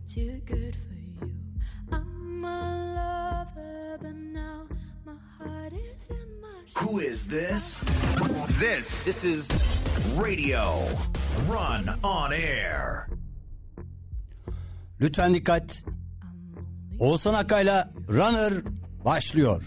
too good for you. I'm a lover, but now my heart is in my shoes. Who is this? This is Radio Run On Air. Lütfen dikkat. Oğuzhan Akay'la Runner başlıyor.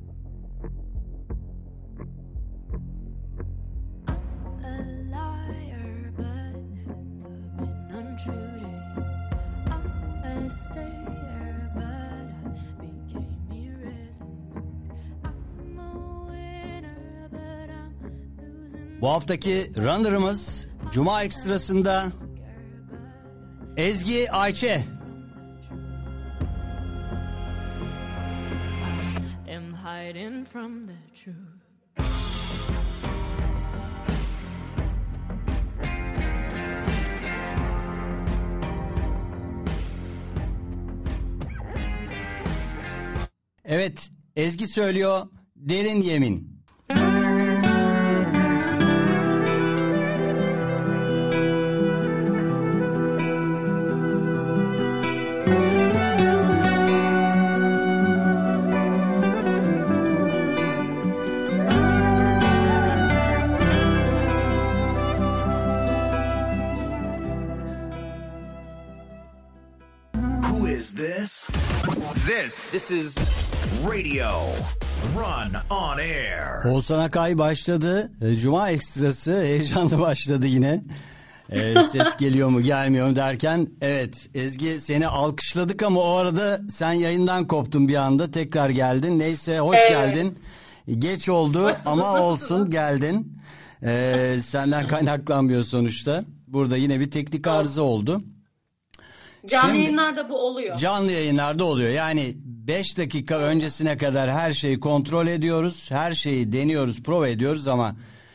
Bu haftaki Runner'ımız Cuma Ekstrası'nda Ezgi Ayçe. Evet, Ezgi söylüyor, Derin Yemin. This is Radio Run On Air. Oğuzhan Akay başladı. Cuma Ekstrası heyecanlı başladı yine. Ses geliyor mu gelmiyor mu derken, evet Ezgi seni alkışladık ama o arada sen yayından koptun bir anda, tekrar geldin. Neyse, hoş geldin. Geç oldu ama olsun, geldin. Senden kaynaklanmıyor sonuçta. Burada yine bir teknik arıza oldu. Canlı yayınlarda bu oluyor. Canlı yayınlarda oluyor. Yani 5 dakika öncesine kadar her şeyi kontrol ediyoruz. Her şeyi deniyoruz, prova ediyoruz ama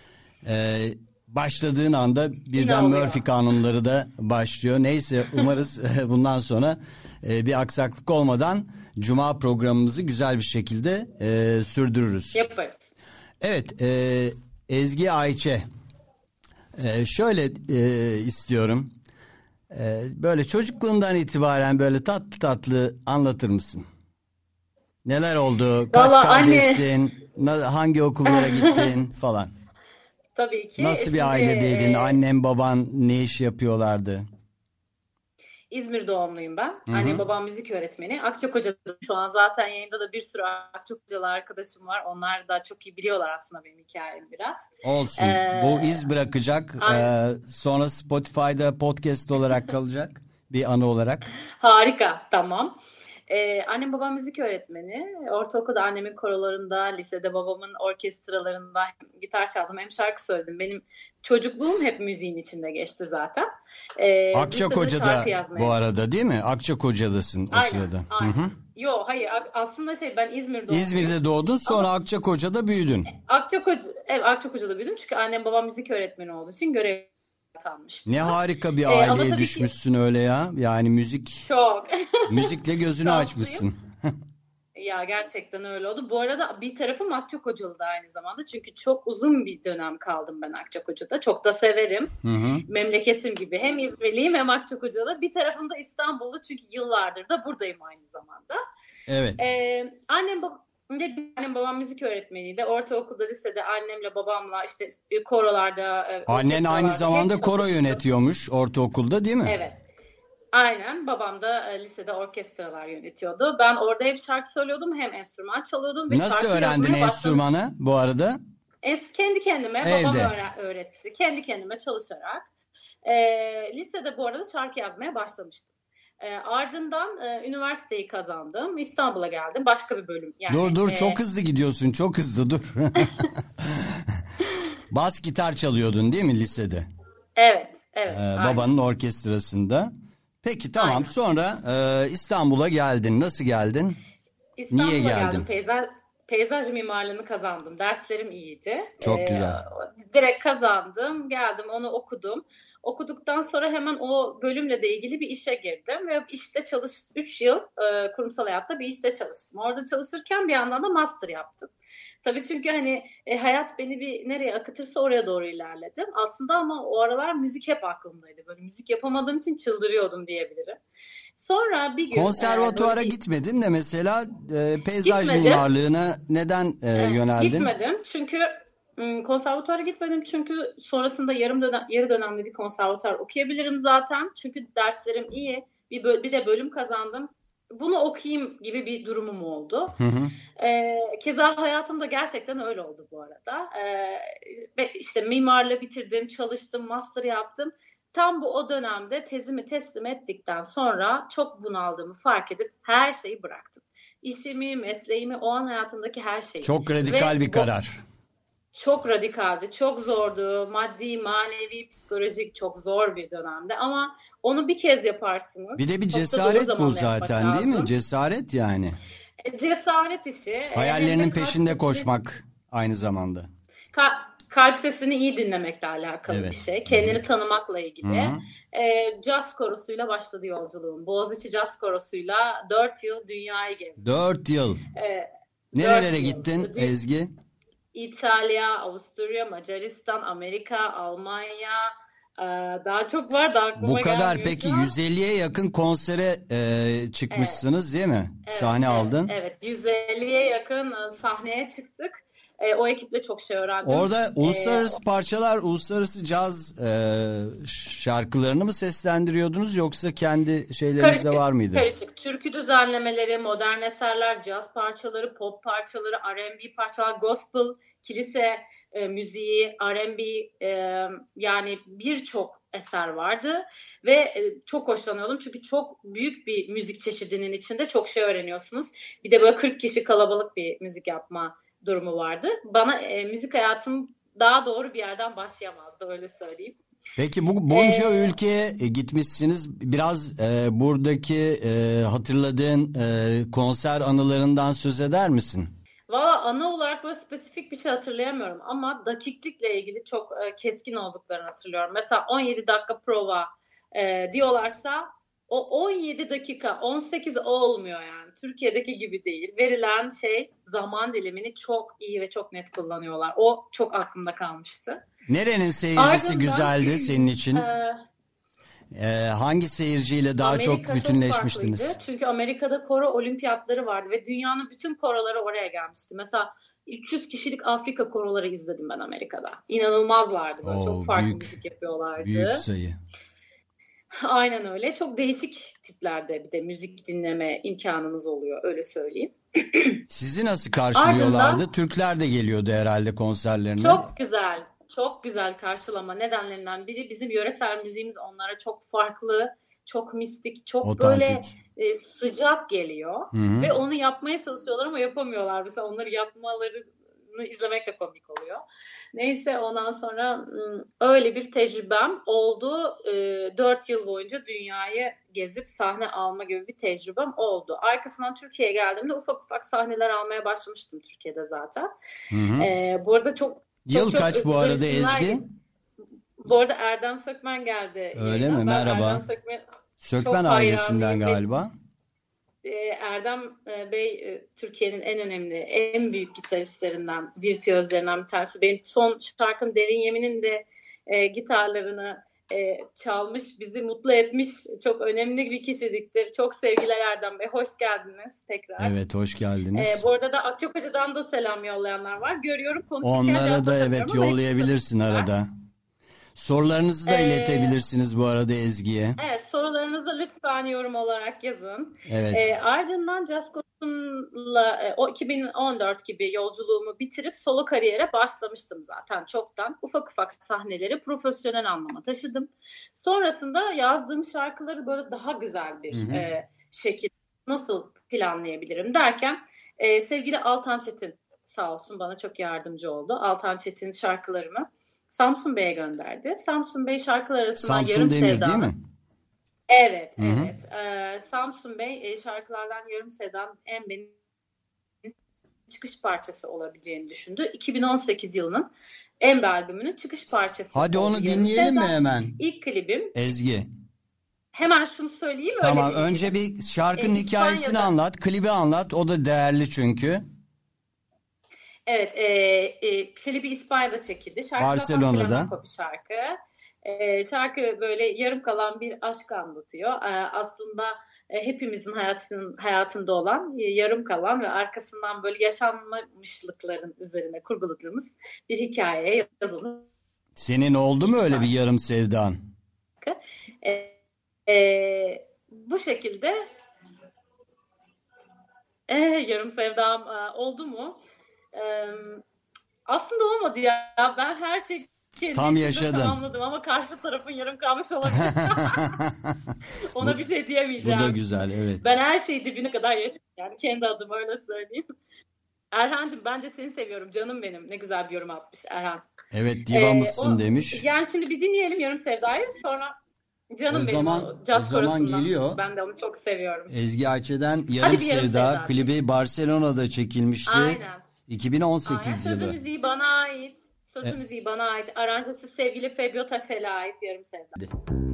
başladığın anda birden Murphy kanunları da başlıyor. Neyse, umarız bundan sonra bir aksaklık olmadan Cuma programımızı güzel bir şekilde sürdürürüz. Yaparız. Evet, Ezgi Ayçe. Şöyle istiyorum. Böyle çocukluğundan itibaren böyle tatlı tatlı anlatır mısın? Neler oldu? Kaç kardeşsin? Hangi okullara gittin falan? Tabii ki. Nasıl bir ailedeydin? Annen baban ne iş yapıyorlardı? İzmir doğumluyum ben. Hı-hı. Annem babam müzik öğretmeni. Akçakoca'da şu an zaten yayında da bir sürü Akçakocalı arkadaşım var. Onlar da çok iyi biliyorlar aslında benim hikayemi biraz. Olsun. Bu iz bırakacak. Sonra Spotify'da podcast olarak kalacak. Bir anı olarak. Harika. Tamam. Annem babam müzik öğretmeni. Ortaokulda annemin korolarında, lisede babamın orkestralarında hem gitar çaldım hem şarkı söyledim. Benim çocukluğum hep müziğin içinde geçti zaten. Akçakoca'da bu arada değil mi? Akçakoca'dasın o sırada. Aynen. Hı-hı. Yok, hayır, aslında ben İzmir'de doğdum. İzmir'de doğdun, sonra ama Akçakoca'da büyüdün. Akçakoca'da büyüdüm çünkü annem babam müzik öğretmeni olduğu için görev almıştım. Ne harika bir aileye düşmüşsün öyle ya. Yani müzik. Çok. Müzikle gözünü açmışsın. Ya gerçekten öyle oldu. Bu arada bir tarafım Akçakocalı'da aynı zamanda. Çünkü çok uzun bir dönem kaldım ben Akçakoca'da. Çok da severim. Hı-hı. Memleketim gibi. Hem İzmirliyim hem Akçakocalı. Bir tarafım da İstanbul'da çünkü yıllardır da buradayım aynı zamanda. Evet. Annem babam müzik öğretmeniydi. Ortaokulda, lisede annemle babamla işte korolarda. Annen aynı zamanda koro yönetiyormuş ortaokulda değil mi? Evet. Aynen. Babam da lisede orkestralar yönetiyordu. Ben orada hep şarkı söylüyordum, hem enstrüman çalıyordum. Nasıl öğrendin enstrümanı bu arada? Kendi kendime. Evde. Babam öğretti. Kendi kendime çalışarak. Lisede bu arada şarkı yazmaya başlamıştım. Ardından üniversiteyi kazandım. İstanbul'a geldim. Başka bir bölüm. Yani, dur çok hızlı gidiyorsun. Çok hızlı dur. Bas gitar çalıyordun değil mi lisede? Evet. Babanın orkestrasında. Peki tamam. Aynen. Sonra İstanbul'a geldin. Nasıl geldin? İstanbul'a Niye geldin? Peyzaj mimarlığını kazandım. Derslerim iyiydi. Çok güzel. Direkt kazandım. Geldim, onu okudum. Okuduktan sonra hemen o bölümle de ilgili bir işe girdim ve işte 3 yıl kurumsal hayatta bir işte çalıştım. Orada çalışırken bir yandan da master yaptım. Tabii çünkü hayat beni bir nereye akıtırsa oraya doğru ilerledim. Aslında ama o aralar müzik hep aklımdaydı. Böyle müzik yapamadığım için çıldırıyordum diyebilirim. Sonra bir gün Konservatuvara böyle gitmedin de mesela peyzaj gitmedim. mimarlığına neden yöneldin? Gitmedim çünkü konservatuvara gitmedim çünkü sonrasında yarı dönemli bir konservatuvar okuyabilirim zaten. Çünkü derslerim iyi. Bir de bölüm kazandım. Bunu okuyayım gibi bir durumum oldu. Hı hı. Keza hayatımda gerçekten öyle oldu bu arada. İşte mimarlığı bitirdim, çalıştım, master yaptım. Tam o dönemde tezimi teslim ettikten sonra çok bunaldığımı fark edip her şeyi bıraktım. İşimi, mesleğimi, o an hayatımdaki her şeyi. Çok radikal bir karar. Çok radikaldi, çok zordu. Maddi, manevi, psikolojik çok zor bir dönemde. Ama onu bir kez yaparsınız. Bir de bir Çok da doğru cesaret bu zamanda yapmak zaten değil mi? lazım. Cesaret yani. Cesaret işi. Hayallerinin Hem de peşinde koşmak aynı zamanda. Kalp sesini iyi dinlemekle alakalı Evet. bir şey. Kendini tanımakla ilgili. Hı hı. Caz korosuyla başladı yolculuğum. Boğaziçi Caz korosuyla 4 yıl dünyayı gezdim. 4 yıl. Ee, Nerelere 4 yıl. gittin Ezgi? İtalya, Avusturya, Macaristan, Amerika, Almanya, daha çok var da aklıma Bu kadar gelmiyor peki şu an. 150'ye yakın konsere çıkmışsınız değil mi? Sahne aldın. Evet, 150'ye yakın sahneye çıktık. O ekiple çok şey öğrendim. Orada uluslararası parçalar, uluslararası caz şarkılarını mı seslendiriyordunuz yoksa kendi şeyleriniz de var mıydı? Karışık. Türkü düzenlemeleri, modern eserler, caz parçaları, pop parçaları, R&B parçalar, gospel, kilise müziği, R&B, yani birçok eser vardı ve çok hoşlanıyordum çünkü çok büyük bir müzik çeşidinin içinde çok şey öğreniyorsunuz. Bir de böyle 40 kişi kalabalık bir müzik yapma durumu vardı. Bana müzik hayatım daha doğru bir yerden başlayamazdı, öyle söyleyeyim. Peki bu bunca ülkeye gitmişsiniz. Biraz buradaki hatırladığın konser anılarından söz eder misin? Valla ana olarak böyle spesifik bir şey hatırlayamıyorum ama dakiklikle ilgili çok keskin olduklarını hatırlıyorum. Mesela 17 dakika prova diyorlarsa o 17 dakika 18 olmuyor yani. Türkiye'deki gibi değil. Verilen zaman dilimini çok iyi ve çok net kullanıyorlar. O çok aklımda kalmıştı. Nerenin seyircisi Ardından, güzeldi senin için? Hangi seyirciyle daha Amerika çok bütünleşmiştiniz? Çok farklıydı. Çünkü Amerika'da koro olimpiyatları vardı ve dünyanın bütün koroları oraya gelmişti. Mesela 300 kişilik Afrika koroları izledim ben Amerika'da. İnanılmazlardı böyle. Çok farklı müzik yapıyorlardı. Büyük sayı. Aynen öyle. Çok değişik tiplerde bir de müzik dinleme imkanımız oluyor, öyle söyleyeyim. Sizi nasıl karşılıyorlardı? Ardından, Türkler de geliyordu herhalde konserlerine. Çok güzel. Çok güzel karşılama nedenlerinden biri bizim yöresel müziğimiz onlara çok farklı, çok mistik, çok otantik, böyle sıcak geliyor. Hı-hı. Ve onu yapmaya çalışıyorlar ama yapamıyorlar. Mesela onları yapmalarını izlemek de komik oluyor. Neyse, ondan sonra öyle bir tecrübem oldu. 4 yıl boyunca dünyayı gezip sahne alma gibi bir tecrübem oldu. Arkasından Türkiye'ye geldiğimde ufak ufak sahneler almaya başlamıştım Türkiye'de zaten. Bu arada çok Yıl kaç bu arada Ezgi? Bu arada Erdem Sökmen geldi. Öyle mi? Merhaba. Sökmen ailesinden galiba. Erdem Bey Türkiye'nin en önemli, en büyük gitaristlerinden, virtüözlerinden bir tanesi. Benim son şarkım Derin Yemin'in de gitarlarını çalmış, bizi mutlu etmiş çok önemli bir kişiliktir. Çok sevgiler Erdem Bey. Hoş geldiniz tekrar. Evet, hoş geldiniz. Bu arada da Akçakoca'dan da selam yollayanlar var. Görüyorum, konuşurken onlara da evet yollayabilirsin arada. Sorularınızı da iletebilirsiniz bu arada Ezgi'ye. Evet, sorularınızı lütfen yorum olarak yazın. Evet. Ardından Jazz Coach'unla o 2014 gibi yolculuğumu bitirip solo kariyere başlamıştım zaten çoktan. Ufak ufak sahneleri profesyonel anlama taşıdım. Sonrasında yazdığım şarkıları böyle daha güzel bir şekilde nasıl planlayabilirim derken sevgili Altan Çetin sağ olsun bana çok yardımcı oldu. Altan Çetin şarkılarımı Samsun Bey'e gönderdi. Samsun Bey şarkılar arasından Samsun Yarım Demir Sevda'nın. değil mi? Evet, evet. Samsun Bey şarkılardan Yarım Sevda'nın en benim çıkış parçası olabileceğini düşündü. 2018 yılının Embe albümünün çıkış parçası. Hadi onu dinleyelim mi hemen? İlk klibim. Ezgi. Hemen şunu söyleyeyim. Tamam, öyle önce bir şarkının hikayesini anlat, klibi anlat. O da değerli çünkü. Evet, klibi İspanya'da çekildi. Şarkı Barcelona'da. Bir şarkı. Şarkı böyle yarım kalan bir aşk anlatıyor. Aslında hepimizin hayatında olan yarım kalan ve arkasından böyle yaşanmışlıkların üzerine kurguladığımız bir hikayeye yazılmış. Senin oldu mu öyle bir yarım sevdan? Bu şekilde yarım sevdam oldu mu? Aslında olmadı ya. Ben her şeyi tam yaşadım. Tamamladım ama karşı tarafın yarım kalmış olabilir. Ona bir şey diyemeyeceğim. Bu da güzel, evet. Ben her şeyi dibine kadar yaşadım. Yani kendi adıma öyle söyleyeyim. Erhan'cığım ben de seni seviyorum canım benim. Ne güzel bir yorum atmış Erhan. Evet, divamızsın demiş. Yani şimdi bir dinleyelim yarım sevdayı, sonra canım o benim zaman geliyor. Ben de onu çok seviyorum. Ezgi Ayça'dan Yarım Sevda klibi Barcelona'da çekilmişti. Aynen. 2018 yılı. Sözü müziği bana ait. Sözü müziği bana ait. Aranjesi sevgili Febio Taşel'e ait Yarım Sevda.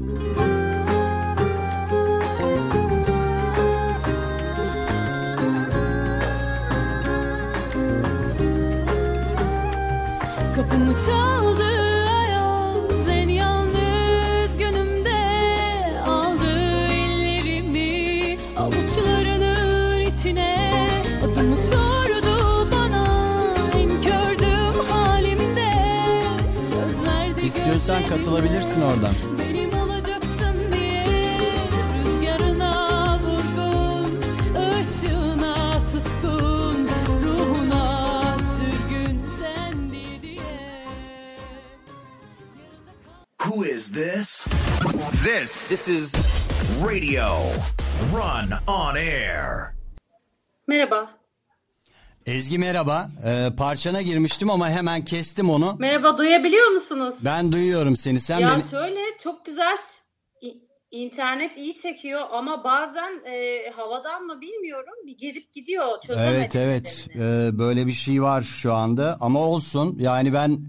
Kapımı çaldı ayaz en yalnız günümde, aldı ellerimi avuçlarının içine, adımı sordu bana en kördüm halimde, söz verdi. İstiyorsan katılabilirsin oradan. Benim olacaksın diye rüzgarına vurgun, ışığına tutkun, ruhuna sürgün sendi diye. Who is this? This is Radio Run on Air. Merhaba. Ezgi merhaba. Parçana girmiştim ama hemen kestim onu. Merhaba, duyabiliyor musunuz? Ben duyuyorum seni. Sen ya beni... şöyle çok güzel internet iyi çekiyor ama bazen havadan mı bilmiyorum bir gelip gidiyor, çözemedim. Evet. Böyle bir şey var şu anda ama olsun. Yani ben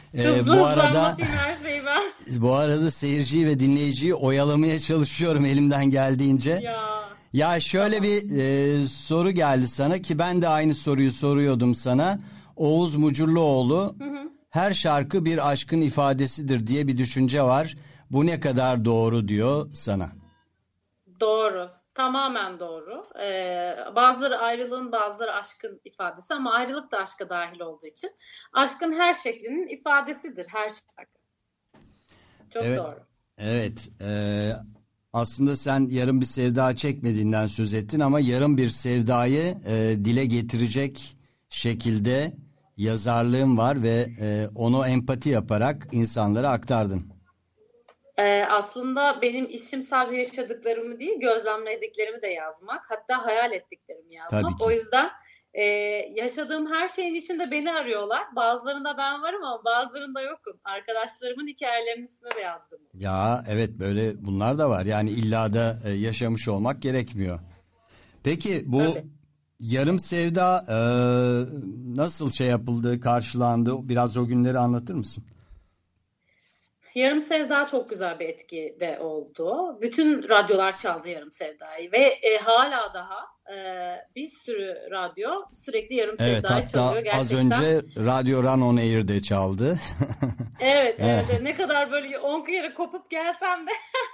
bu arada seyirciyi ve dinleyiciyi oyalamaya çalışıyorum elimden geldiğince. Ya şöyle bir soru geldi sana ki ben de aynı soruyu soruyordum sana. Oğuz Mucurluoğlu, her şarkı bir aşkın ifadesidir diye bir düşünce var. Bu ne kadar doğru diyor sana? Doğru. Tamamen doğru. Bazıları ayrılığın, bazıları aşkın ifadesi ama ayrılık da aşka dahil olduğu için aşkın her şeklinin ifadesidir her şarkı. Çok doğru. Evet. Aslında sen yarım bir sevda çekmediğinden söz ettin ama yarım bir sevdayı dile getirecek şekilde yazarlığın var ve onu empati yaparak insanlara aktardın. Aslında benim işim sadece yaşadıklarımı değil, gözlemlediklerimi de yazmak. Hatta hayal ettiklerimi yazmak. O yüzden yaşadığım her şeyin içinde beni arıyorlar. Bazılarında ben varım ama bazılarında yokum. Arkadaşlarımın hikayelerinin üstüne de yazdım. Ya evet, böyle bunlar da var. Yani illa da yaşamış olmak gerekmiyor. Peki bu yarım sevda nasıl şey yapıldı, karşılandı? Biraz o günleri anlatır mısın? Yarım Sevda çok güzel bir etki de oldu. Bütün radyolar çaldı Yarım Sevda'yı ve hala daha bir sürü radyo sürekli Yarım Sevda'yı çalıyor. Evet, hatta az önce Radyo Run on Air'de çaldı. Evet. Ne kadar böyle 10 kere kopup gelsem de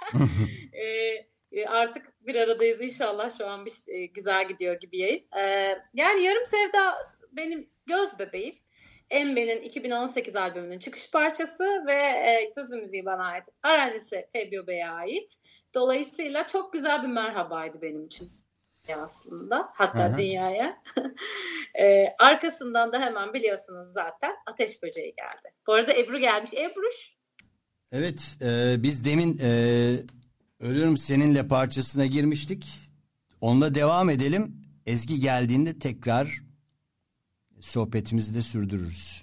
artık bir aradayız inşallah. Şu an güzel gidiyor gibi yayın. Yani Yarım Sevda benim göz bebeğim. Embe'nin 2018 albümünün çıkış parçası ve sözü müziği bana ait. Aranjesi Febio Bey'e ait. Dolayısıyla çok güzel bir merhabaydı benim için aslında. Hatta dünyaya. Arkasından da hemen biliyorsunuz zaten Ateş Böceği geldi. Bu arada Ebru gelmiş. Ebruş. Evet, biz demin Ölüyorum Seninle parçasına girmiştik. Onunla devam edelim. Ezgi geldiğinde tekrar sohbetimizi de sürdürürüz.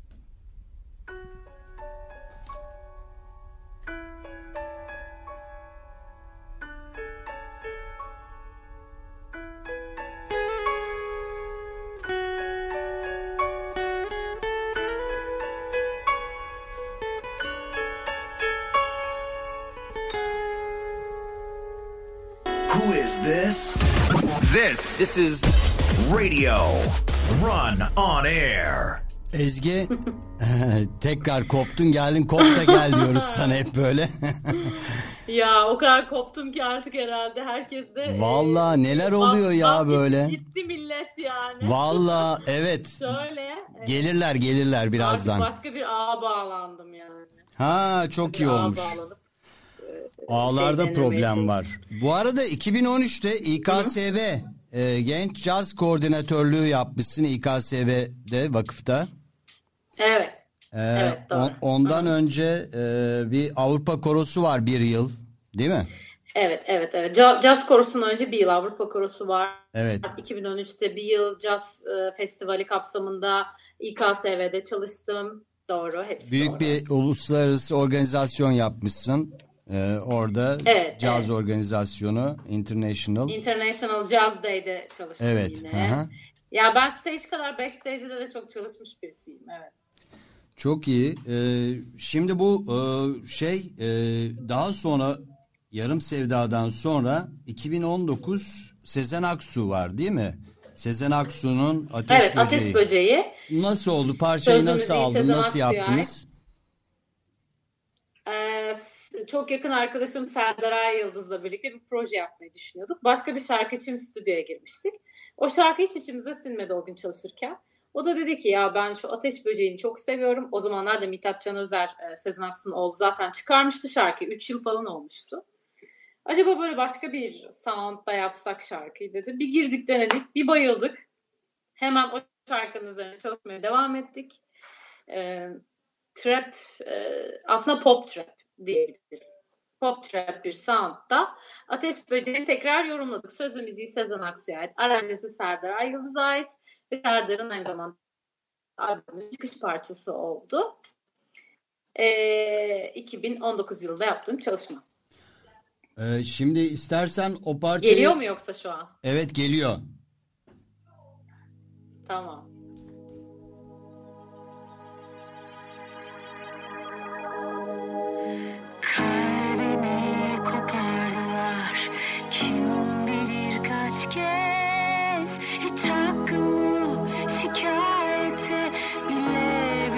Who is this? This is Radio Run on Air. Ezgi tekrar koptun geldin, kop da gel diyoruz sana hep böyle. Ya o kadar koptum ki artık herhalde herkes de Vallahi neler oluyor ya böyle. Gitti millet yani. Vallahi evet. Şöyle. Gelirler birazdan. Artık başka bir ağa bağlandım yani. Ha çok iyi olmuş. Ağlarda problem var. Bu arada 2013'te İKSV Genç Caz Koordinatörlüğü yapmışsın İKSV'de, vakıfta. Evet. Evet, doğru. Ondan önce bir Avrupa Korosu var 1 yıl, değil mi? Evet. Caz Korosu'ndan önce 1 yıl Avrupa Korosu var. Evet. 2013'te 1 yıl Caz Festivali kapsamında İKSV'de çalıştım. Doğru, hepsi Büyük doğru. bir uluslararası organizasyon yapmışsın. Orada caz organizasyonu International Jazz Day'de çalıştım yine. Hı-hı. Ya ben stage kadar backstage'de de çok çalışmış birisiyim. Evet. Çok iyi. Şimdi bu daha sonra Yarım Sevda'dan sonra 2019 Sezen Aksu var değil mi? Sezen Aksu'nun Ateş Böceği. Ateş Böceği. Nasıl oldu? Parçayı nasıl aldın? Nasıl yaptınız? Çok yakın arkadaşım Serdar Ay Yıldız'la birlikte bir proje yapmayı düşünüyorduk. Başka bir şarkı için stüdyoya girmiştik. O şarkı hiç içimize sinmedi o gün çalışırken. O da dedi ki ya ben şu Ateş Böceği'ni çok seviyorum. O zamanlar da Mithat Canözer, Sezen Aksu'nun oğlu zaten çıkarmıştı şarkıyı. 3 yıl falan olmuştu. Acaba böyle başka bir sound'da yapsak şarkıyı dedi. Bir girdik denedik, bir bayıldık. Hemen o şarkının üzerine çalışmaya devam ettik. Trap, aslında pop trap diyebilirim. Pop trap bir sound'da Ateş Böceği'ni tekrar yorumladık. Sözü müziği Sezen Aksu'ya ait. Aranjesi Serdar Ay Yıldız'a ait. Ve Serdar'ın aynı zamanda albümün çıkış parçası oldu. 2019 yılında yaptığım çalışma. Şimdi istersen o parçayı... Geliyor mu yoksa şu an? Evet, geliyor. Tamam. Kalbimi kopardılar, kim bilir kaç kez. Hiç hakkımı şikayete bile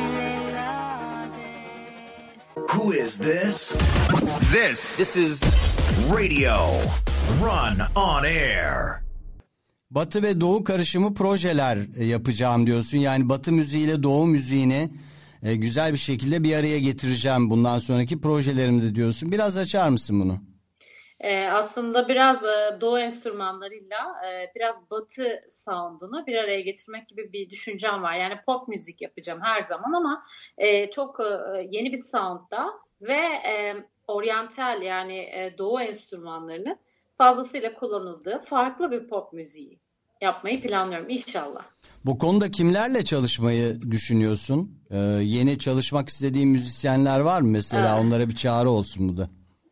lades. Who is this? This is Radio Run on Air. Batı ve Doğu karışımı projeler yapacağım diyorsun. Yani Batı müziğiyle Doğu müziğini güzel bir şekilde bir araya getireceğim bundan sonraki projelerimde diyorsun. Biraz açar mısın bunu? Aslında biraz Doğu enstrümanlarıyla biraz Batı sound'unu bir araya getirmek gibi bir düşüncem var. Yani pop müzik yapacağım her zaman ama çok yeni bir sound'da ve oryantal yani Doğu enstrümanlarının fazlasıyla kullanıldığı farklı bir pop müziği yapmayı planlıyorum inşallah. Bu konuda kimlerle çalışmayı düşünüyorsun? Yeni çalışmak istediğin müzisyenler var mı? Mesela onlara bir çağrı olsun bu da.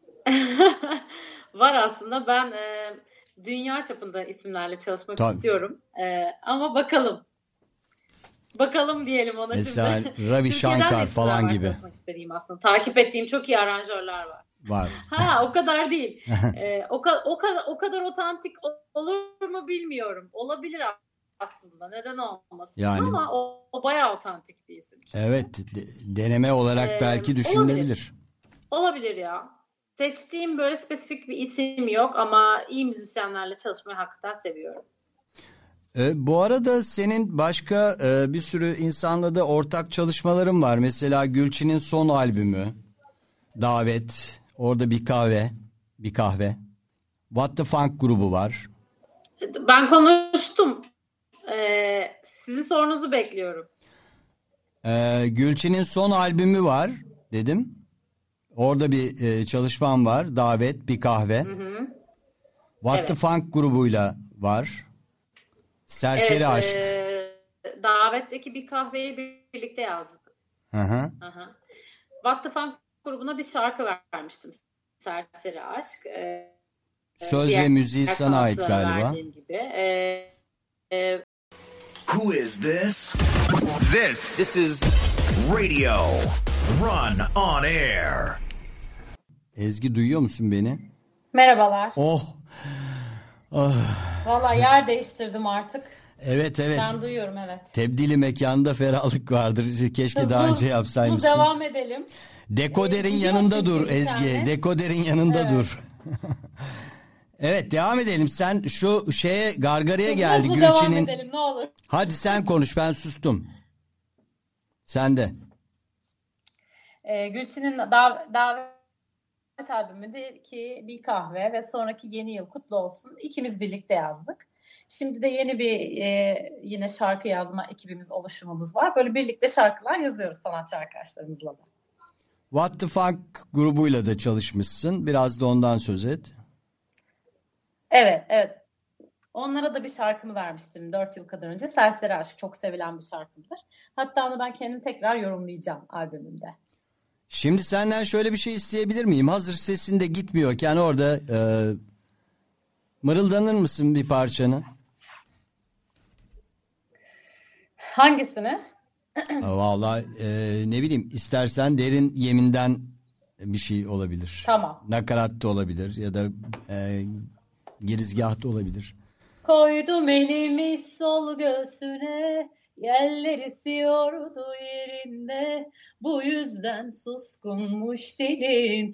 Var aslında. Ben dünya çapında isimlerle çalışmak istiyorum. Ama bakalım. Bakalım diyelim ona mesela şimdi. Mesela Ravi Shankar falan gibi. Çalışmak istediğim aslında. Takip ettiğim çok iyi aranjörler var. Var. O kadar değil. O kadar otantik olur mu bilmiyorum. Olabilir aslında. Neden olmasın? Yani, ama o bayağı otantik bir isim. Evet. Deneme olarak belki düşünülebilir. Olabilir ya. Seçtiğim böyle spesifik bir isim yok ama iyi müzisyenlerle çalışmayı hakikaten seviyorum. Bu arada senin başka bir sürü insanla da ortak çalışmaların var. Mesela Gülçin'in son albümü, Davet, orada bir kahve. What the Funk grubu var. Ben konuştum. Sizin sorunuzu bekliyorum. Gülçin'in son albümü var dedim. Orada bir çalışmam var. Davet, bir kahve. Hı. What the Funk grubuyla var. Serseri Aşk. Davetteki bir kahveyi birlikte yazdık. Hı. What the Funk grubuna bir şarkı vermiştim. Serseri Aşk. Söz ve müziği sana ait galiba. Gibi. Who is this? This is Radio Run on Air. Ezgi, duyuyor musun beni? Merhabalar. Oh. Ah, Valla yer değiştirdim artık. evet evet. Ben duyuyorum, evet. Tebdili mekanda ferahlık vardır. Keşke daha önce Hızlı yapsaymışsın. devam edelim. Dekoderin Gidiyor yanında çünkü dur Ezgi. internet. Dekoderin yanında Evet. dur. Evet, devam edelim. Sen şu şeye Gargara'ya Hızlı geldi hızlı devam Gülçin'in. edelim ne olur. Hadi sen konuş, ben sustum. Sen de. Gülçin'in davet albümünde ki bir kahve ve sonraki yeni yıl kutlu olsun. İkimiz birlikte yazdık. Şimdi de yeni bir yine şarkı yazma ekibimiz, oluşumumuz var. Böyle birlikte şarkılar yazıyoruz sanatçı arkadaşlarımızla da. What the Funk grubuyla da çalışmışsın. Biraz da ondan söz et. Evet, evet. Onlara da bir şarkımı vermiştim 4 yıl kadar önce. Serseri Aşk çok sevilen bir şarkımdır. Hatta onu ben kendim tekrar yorumlayacağım albümümde. Şimdi senden şöyle bir şey isteyebilir miyim? Hazır sesin de gitmiyorken orada mırıldanır mısın bir parçanı? Hangisini? Vallahi ne bileyim, istersen Derin Yemin'den bir şey olabilir. Tamam. Nakarat da olabilir ya da girizgah da olabilir. Koydum elimi sol göğsüne, yeller esiyordu yerinde. Bu yüzden suskunmuş dilin,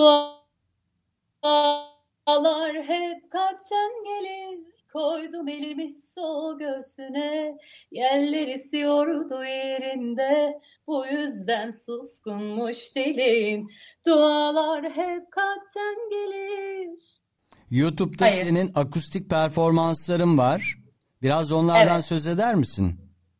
dualar hep kalpten gelir. Koydum elimi sol göğsüne, yeller esiyordu yerinde. Bu yüzden suskunmuş dilin, dualar hep kalpten gelir. YouTube'da Hayır. senin akustik performansların var. Biraz onlardan Evet. söz eder misin?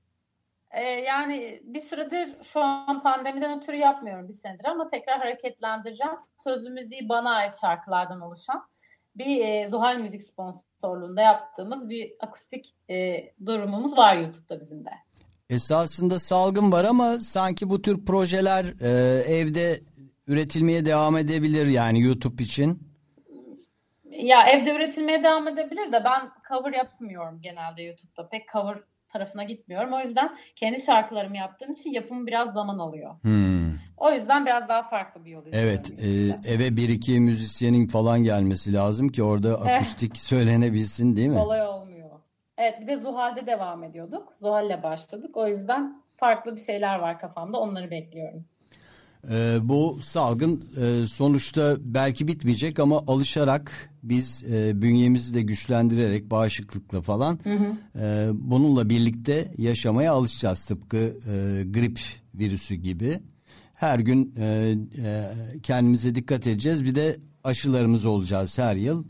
Yani bir süredir şu an pandemiden ötürü yapmıyorum bir senedir ama tekrar hareketlendireceğim. Sözü müziği bana ait şarkılardan oluşan bir Zuhal Müzik sponsorluğunda yaptığımız bir akustik durumumuz var YouTube'da bizim de. Esasında salgın var ama sanki bu tür projeler evde üretilmeye devam edebilir yani YouTube için. Ya evde üretilmeye devam edebilir de ben cover yapmıyorum genelde YouTube'da. Pek cover tarafına gitmiyorum. O yüzden kendi şarkılarımı yaptığım için yapımı biraz zaman alıyor. O yüzden biraz daha farklı bir yol izliyorum. Evet, YouTube'da. eve bir iki müzisyenin falan gelmesi lazım ki orada akustik söylenebilsin, değil mi? Kolay olmuyor. Evet, bir de Zuhal'de devam ediyorduk. Zuhal'le başladık. O yüzden farklı bir şeyler var kafamda. Onları bekliyorum. Bu salgın sonuçta belki bitmeyecek ama alışarak biz bünyemizi de güçlendirerek bağışıklıkla falan bununla birlikte yaşamaya alışacağız. Tıpkı grip virüsü gibi. Her gün kendimize dikkat edeceğiz. Bir de aşılarımız olacağız her yıl.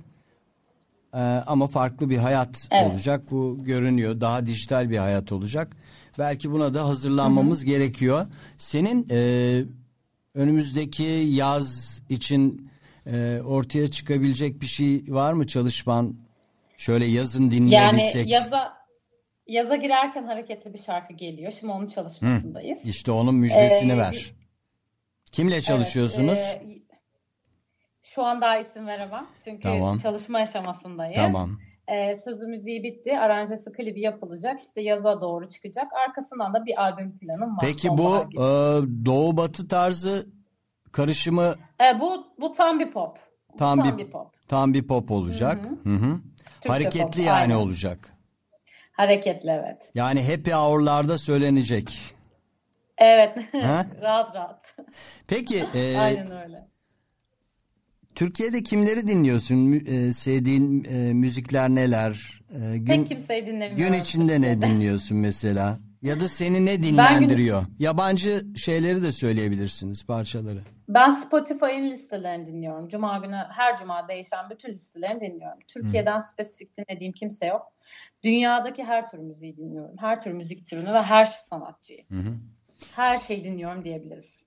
Ama farklı bir hayat olacak. Bu görünüyor. Daha dijital bir hayat olacak. Belki buna da hazırlanmamız gerekiyor. Senin önümüzdeki yaz için ortaya çıkabilecek bir şey var mı, çalışman? Şöyle yazın dinleyebilsek. Yani yaza girerken hareketli bir şarkı geliyor. Şimdi onun çalışmasındayız. İşte onun müjdesini ver. Kimle çalışıyorsunuz? Evet, şu an daha isim veremem. Çünkü Tamam. çalışma aşamasındayız. Tamam. Sözü müziği bitti. Aranjesi, klibi yapılacak. İşte yaza doğru çıkacak. Arkasından da bir albüm planım var. Peki bu sonbahar gibi. doğu batı tarzı karışımı Bu tam bir pop. Tam bir pop. tam bir pop olacak. Hı. Türkçe Hareketli pop, yani aynen. olacak. Hareketli, evet. Yani happy hour'larda söylenecek. Evet. Ha? Rahat rahat. Peki Aynen öyle. Türkiye'de kimleri dinliyorsun? Sevdiğin müzikler neler? Tek kimseyi dinlemiyorum. Gün içinde ne Türkiye'de. dinliyorsun mesela? Ya da seni ne dinlendiriyor? Yabancı şeyleri de söyleyebilirsiniz, parçaları. Ben Spotify'ın listelerini dinliyorum. Cuma günü, her cuma değişen bütün listelerini dinliyorum. Türkiye'den spesifik dinlediğim kimse yok. Dünyadaki her tür müziği dinliyorum. Her tür müzik türünü ve her sanatçıyı. Her şeyi dinliyorum diyebiliriz.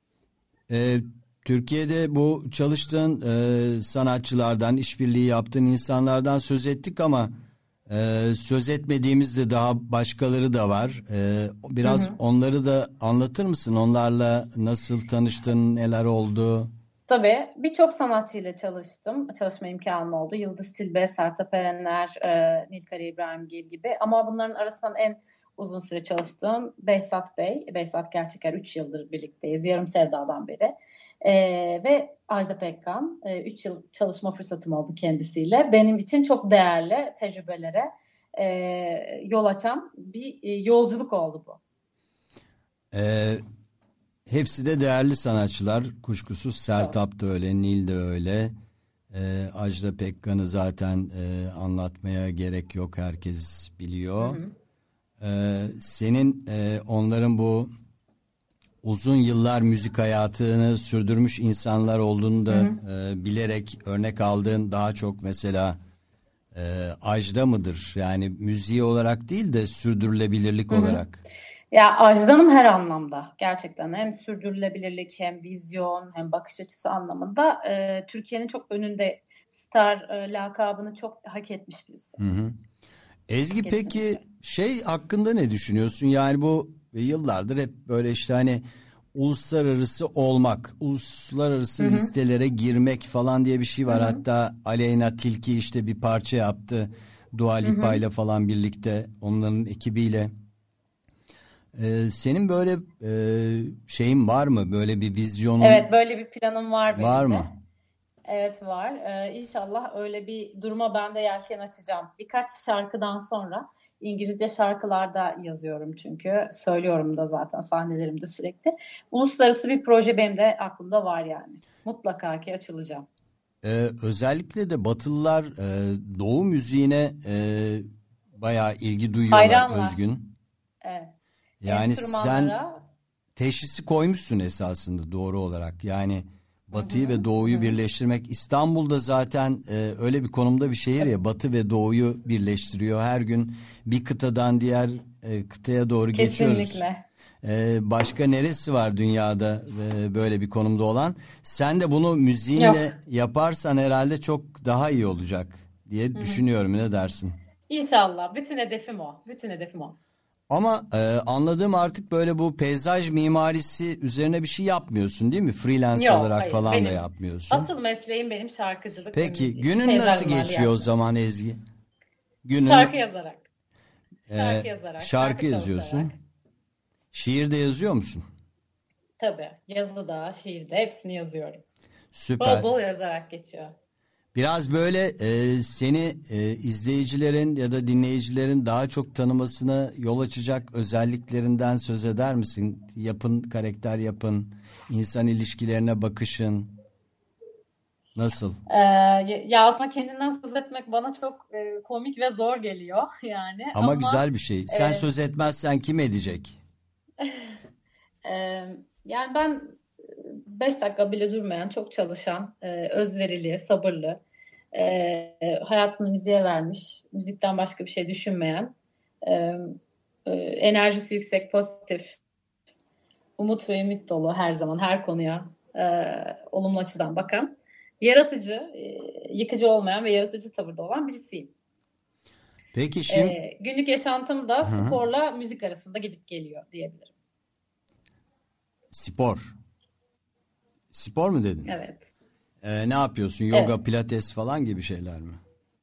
Türkiye'de bu çalıştığın sanatçılardan, işbirliği yaptığın insanlardan söz ettik ama söz etmediğimiz de daha başkaları da var. Biraz onları da anlatır mısın? Onlarla nasıl tanıştın, neler oldu? Tabii birçok sanatçıyla çalıştım. Çalışma imkanım oldu. Yıldız Tilbe, Sertab Erener, Nilkara İbrahimgil gibi. Ama bunların arasından en uzun süre çalıştığım Behzat Bey. Behzat Gerçeker 3 yıldır birlikteyiz. Yarım Sevda'dan beri. Ve Ajda Pekkan. 3 yıl çalışma fırsatım oldu kendisiyle. Benim için çok değerli tecrübelere yol açan bir yolculuk oldu bu. Hepsi de değerli sanatçılar. Kuşkusuz Sertab da öyle, Nil de öyle. Ajda Pekkan'ı zaten anlatmaya gerek yok. Herkes biliyor. Hı hı. Senin onların bu uzun yıllar müzik hayatını sürdürmüş insanlar olduğunu da bilerek örnek aldığın daha çok mesela Ajda mıdır? Yani müziği olarak değil de sürdürülebilirlik olarak. Ya Ajda'nın her anlamda gerçekten hem sürdürülebilirlik hem vizyon hem bakış açısı anlamında Türkiye'nin çok önünde star lakabını çok hak etmiş birisi. Ezgi Kesinlikle. peki şey hakkında ne düşünüyorsun? Yani bu yıllardır hep böyle işte hani uluslararası olmak, uluslararası listelere girmek falan diye bir şey var. Hatta Aleyna Tilki işte bir parça yaptı. Dua Lipa ile falan birlikte onların ekibiyle. Senin böyle şeyin var mı? Böyle bir vizyonun Evet, böyle bir planım var benim var de. mı? Evet var. İnşallah öyle bir duruma ben de yelken açacağım. Birkaç şarkıdan sonra İngilizce şarkılarda yazıyorum çünkü. Söylüyorum da zaten sahnelerimde sürekli. Uluslararası bir proje benim de aklımda var yani. Mutlaka ki açılacağım. Özellikle de Batılılar Doğu müziğine bayağı ilgi duyuyorlar Hayranlar. Özgün. Evet. Yani sen Enstrümanlara. teşhisi koymuşsun esasında doğru olarak. Yani Batı'yı ve Doğu'yu birleştirmek. İstanbul'da zaten öyle bir konumda bir şehir ya. Batı ve Doğu'yu birleştiriyor. Her gün bir kıtadan diğer kıtaya doğru geçiyoruz. Kesinlikle. Başka neresi var dünyada böyle bir konumda olan? Sen de bunu müziğinle Yok. yaparsan herhalde çok daha iyi olacak diye düşünüyorum. Ne dersin? İnşallah. Bütün hedefim o. Bütün hedefim o. Ama anladığım artık böyle bu peyzaj mimarisi üzerine bir şey yapmıyorsun değil mi? Freelance Yok, olarak hayır. falan da Benim yapmıyorsun. asıl mesleğim benim şarkıcılık ve Peki müzik. günün Peyzaj nasıl mimarlığı geçiyor o yapmıyorum. zaman Ezgi? Günün Şarkı yazarak. Şarkı yazarak. şarkı Şarkı yazıyorsun. çalışarak. Şiir de yazıyor musun? Tabii. Yazıda, şiirde hepsini yazıyorum. Süper. Bol bol yazarak geçiyor. Biraz böyle seni izleyicilerin ya da dinleyicilerin daha çok tanımasına yol açacak özelliklerinden söz eder misin? Yapın, karakter yapın, insan ilişkilerine bakışın nasıl? Ya aslında kendinden söz etmek bana çok komik ve zor geliyor yani. Ama Ama güzel bir şey. Sen e, söz etmezsen kim edecek? e, yani ben 5 dakika bile durmayan, çok çalışan, özverili, sabırlı, hayatını müziğe vermiş, müzikten başka bir şey düşünmeyen, e, enerjisi yüksek, pozitif, umut ve ümit dolu her zaman, her konuya olumlu açıdan bakan, yaratıcı, yıkıcı olmayan ve yaratıcı tavırda olan birisiyim. Peki şimdi Günlük yaşantım da sporla müzik arasında gidip geliyor diyebilirim. spor. Spor mu dedin? Evet. Ne yapıyorsun? Yoga, Evet. pilates falan gibi şeyler mi?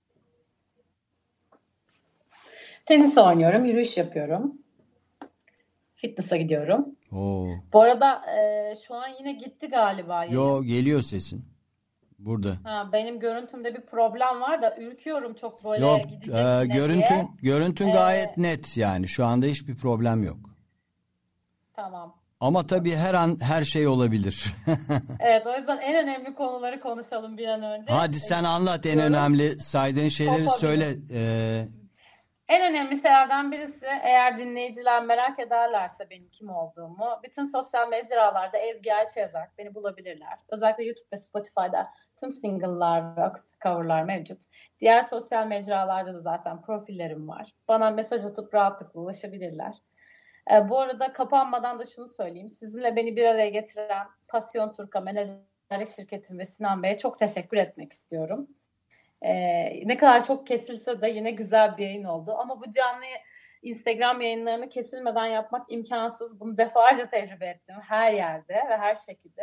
Tenis oynuyorum, yürüyüş yapıyorum, fitness'a gidiyorum. Oo. Bu arada şu an yine gitti galiba yayın. Yo, geliyor sesin. Burada. Benim görüntümde bir problem var da ürküyorum çok böyle Yok, gidecek yine diye. görüntün gayet net yani. Şu anda hiçbir problem yok. Tamam. Ama tabii her an her şey olabilir. Evet, o yüzden en önemli konuları konuşalım bir an önce. Hadi sen anlat en Diyorum. önemli saydığın şeyleri Kopabilir. söyle. En önemli şeylerden birisi, eğer dinleyiciler merak ederlerse benim kim olduğumu, bütün sosyal mecralarda Ezgi Ayça yazarak beni bulabilirler. Özellikle YouTube ve Spotify'da tüm single'lar ve akustik cover'lar mevcut. Diğer sosyal mecralarda da zaten profillerim var. Bana mesaj atıp rahatlıkla ulaşabilirler. Bu arada kapanmadan da şunu söyleyeyim. Sizinle beni bir araya getiren Pasyon Turka menajerlik şirketim ve Sinan Bey'e çok teşekkür etmek istiyorum. Ne kadar çok kesilse de yine güzel bir yayın oldu. Ama bu canlı Instagram yayınlarını kesilmeden yapmak imkansız. Bunu defalarca tecrübe ettim her yerde ve her şekilde.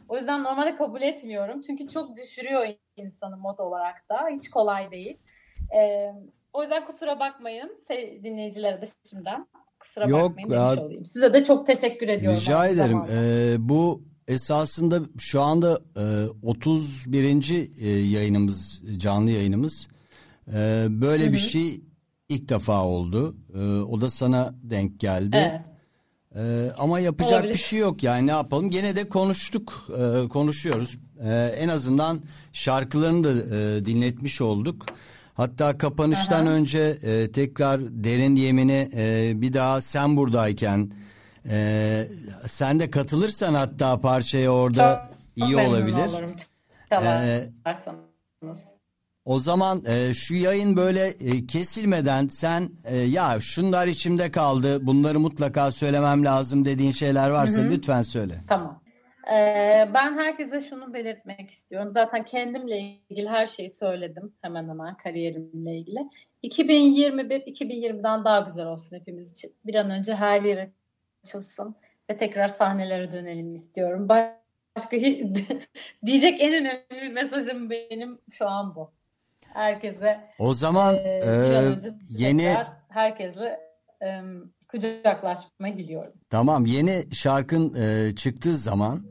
O yüzden normalde kabul etmiyorum. Çünkü çok düşürüyor insanı mod olarak da. Hiç kolay değil. O yüzden kusura bakmayın dinleyicilere de şimdiden. Kusura bakmayın demiş olayım. Size de çok teşekkür ediyorum. Rica ederim. Bu esasında şu anda 31. yayınımız, canlı yayınımız. Böyle bir şey ilk defa oldu. O da sana denk geldi. Evet. Ama yapacak Olabilir. bir şey yok yani, ne yapalım, gene de konuşuyoruz. En azından şarkılarını da dinletmiş olduk. Hatta kapanıştan önce tekrar Derin Yemin'i bir daha sen buradayken sen de katılırsan hatta parçaya orada çok iyi olabilir. Olurum. Çalarsanız. O zaman şu yayın böyle kesilmeden sen ya şunlar içimde kaldı, bunları mutlaka söylemem lazım dediğin şeyler varsa lütfen söyle. Tamam. Ben herkese şunu belirtmek istiyorum. Zaten kendimle ilgili her şeyi söyledim. Hemen hemen kariyerimle ilgili. 2021, 2020'den daha güzel olsun hepimiz için. Bir an önce her yere açılsın ve tekrar sahnelere dönelim istiyorum. Başka diyecek en önemli mesajım benim şu an bu. Herkese o zaman bir an önce yeni herkesle kucaklaşmayı diliyorum. Tamam, yeni şarkın çıktığı zaman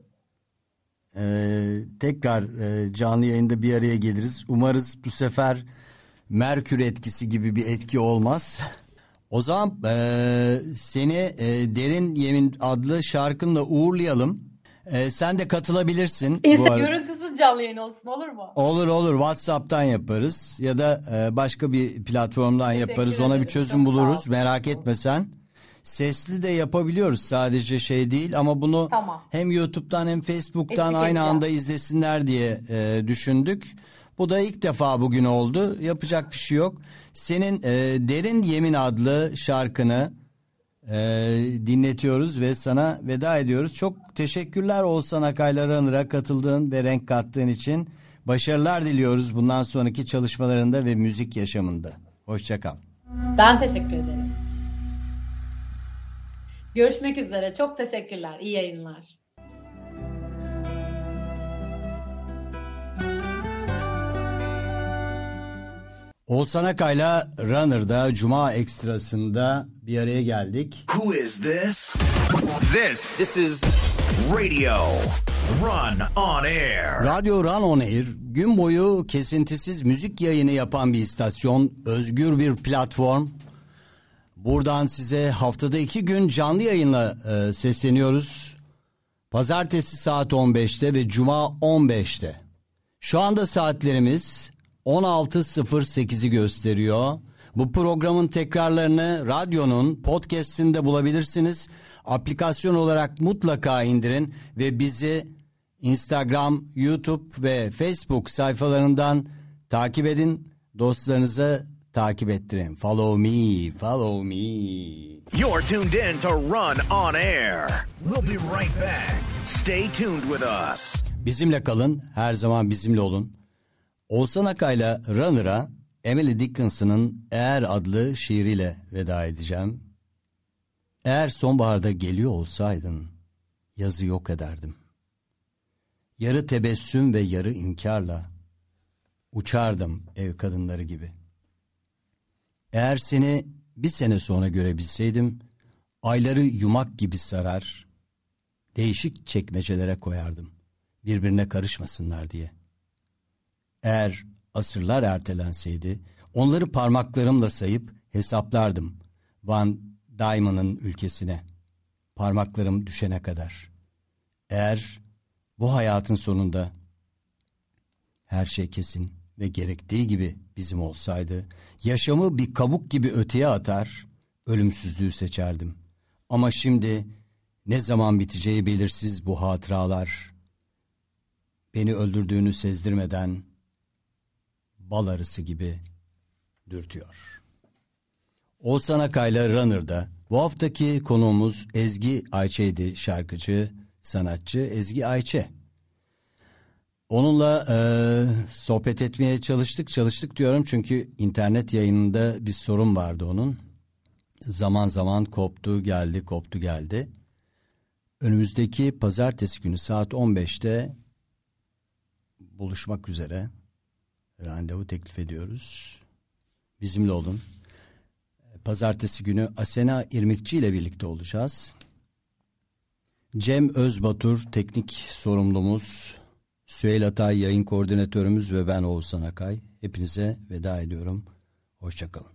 tekrar canlı yayında bir araya geliriz. Umarız bu sefer Merkür etkisi gibi bir etki olmaz. O zaman seni Derin Yemin adlı şarkınla uğurlayalım. Sen de katılabilirsin. Görüntüsüz canlı yayın olsun, olur mu? Olur. WhatsApp'tan yaparız ya da başka bir platformdan yaparız. Ona bir çözüm buluruz. Merak etme sen. Sesli de yapabiliyoruz, sadece şey değil, ama bunu hem YouTube'dan hem Facebook'tan aynı anda izlesinler diye düşündük. Bu da ilk defa bugün oldu. Yapacak bir şey yok. Senin Derin Yemin adlı şarkını dinletiyoruz ve sana veda ediyoruz. Çok teşekkürler Oğuzhan Akay'la Runner'a katıldığın ve renk kattığın için. Başarılar diliyoruz bundan sonraki çalışmalarında ve müzik yaşamında. Hoşça kal. Ben teşekkür ederim. Görüşmek üzere. Çok teşekkürler. İyi yayınlar. Oğuzhan Akay'la Runner'da Cuma Ekstrası'nda bir araya geldik. Who is this? This is Radio Run On Air. Radyo Run On Air gün boyu kesintisiz müzik yayını yapan bir istasyon, özgür bir platform. Buradan size haftada 2 gün canlı yayınla sesleniyoruz. Pazartesi saat 15'te ve Cuma 15'te. Şu anda saatlerimiz 16.08'i gösteriyor. Bu programın tekrarlarını radyonun podcast'inde bulabilirsiniz. Aplikasyon olarak mutlaka indirin ve bizi Instagram, YouTube ve Facebook sayfalarından takip edin. Dostlarınıza takip ettirin. Follow me. You're tuned in to Run On Air. We'll be right back. Stay tuned with us. Bizimle kalın, her zaman bizimle olun. Oğuzhan Akay'la Runner'a Emily Dickinson'ın Eğer adlı şiiriyle veda edeceğim. Eğer sonbaharda geliyor olsaydın, yazı yok ederdim. Yarı tebessüm ve yarı inkarla uçardım ev kadınları gibi. Eğer seni bir sene sonra görebilseydim, ayları yumak gibi sarar, değişik çekmecelere koyardım, birbirine karışmasınlar diye. Eğer asırlar ertelenseydi, onları parmaklarımla sayıp hesaplardım Van Diemen'ın ülkesine, parmaklarım düşene kadar. Eğer bu hayatın sonunda her şey kesin ve gerektiği gibi bizim olsaydı, yaşamı bir kabuk gibi öteye atar, ölümsüzlüğü seçerdim. Ama şimdi ne zaman biteceği belirsiz bu hatıralar, beni öldürdüğünü sezdirmeden bal arısı gibi dürtüyor. Oğuzhan Akay'la Runner'da bu haftaki konuğumuz Ezgi Ayçe'ydi, şarkıcı, sanatçı Ezgi Ayçe. Onunla sohbet etmeye çalıştık diyorum çünkü internet yayınında bir sorun vardı onun. Zaman zaman koptu geldi. Önümüzdeki pazartesi günü saat 15'te buluşmak üzere randevu teklif ediyoruz. Bizimle olun. Pazartesi günü Asena İrmikçi ile birlikte olacağız. Cem Özbatur teknik sorumlumuz, Süheyl Atay yayın koordinatörümüz ve ben Oğuzhan Akay. Hepinize veda ediyorum. Hoşça kalın.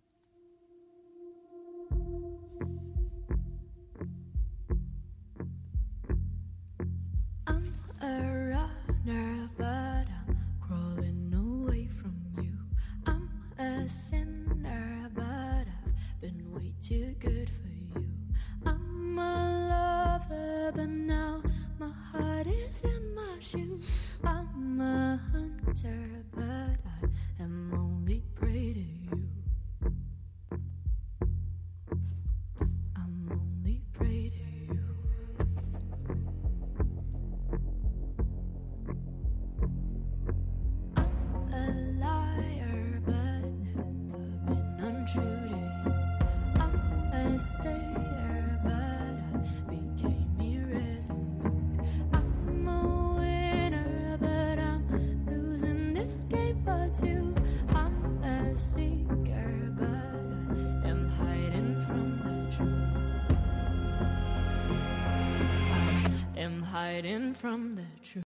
I'm a runner, but I'm crawling away from you. I'm a sinner, but I've been way too good for you. I'm a lover, but now my heart is in my shoes. I'm a hunter, but I am only prey to you. I'm only prey to you. I'm a liar, but never been untrue to you. I'm a stayer, but I became irresolute. I'm a winner, but I'm losing this game for two. I'm a seeker, but I am hiding from the truth. I am hiding from the truth.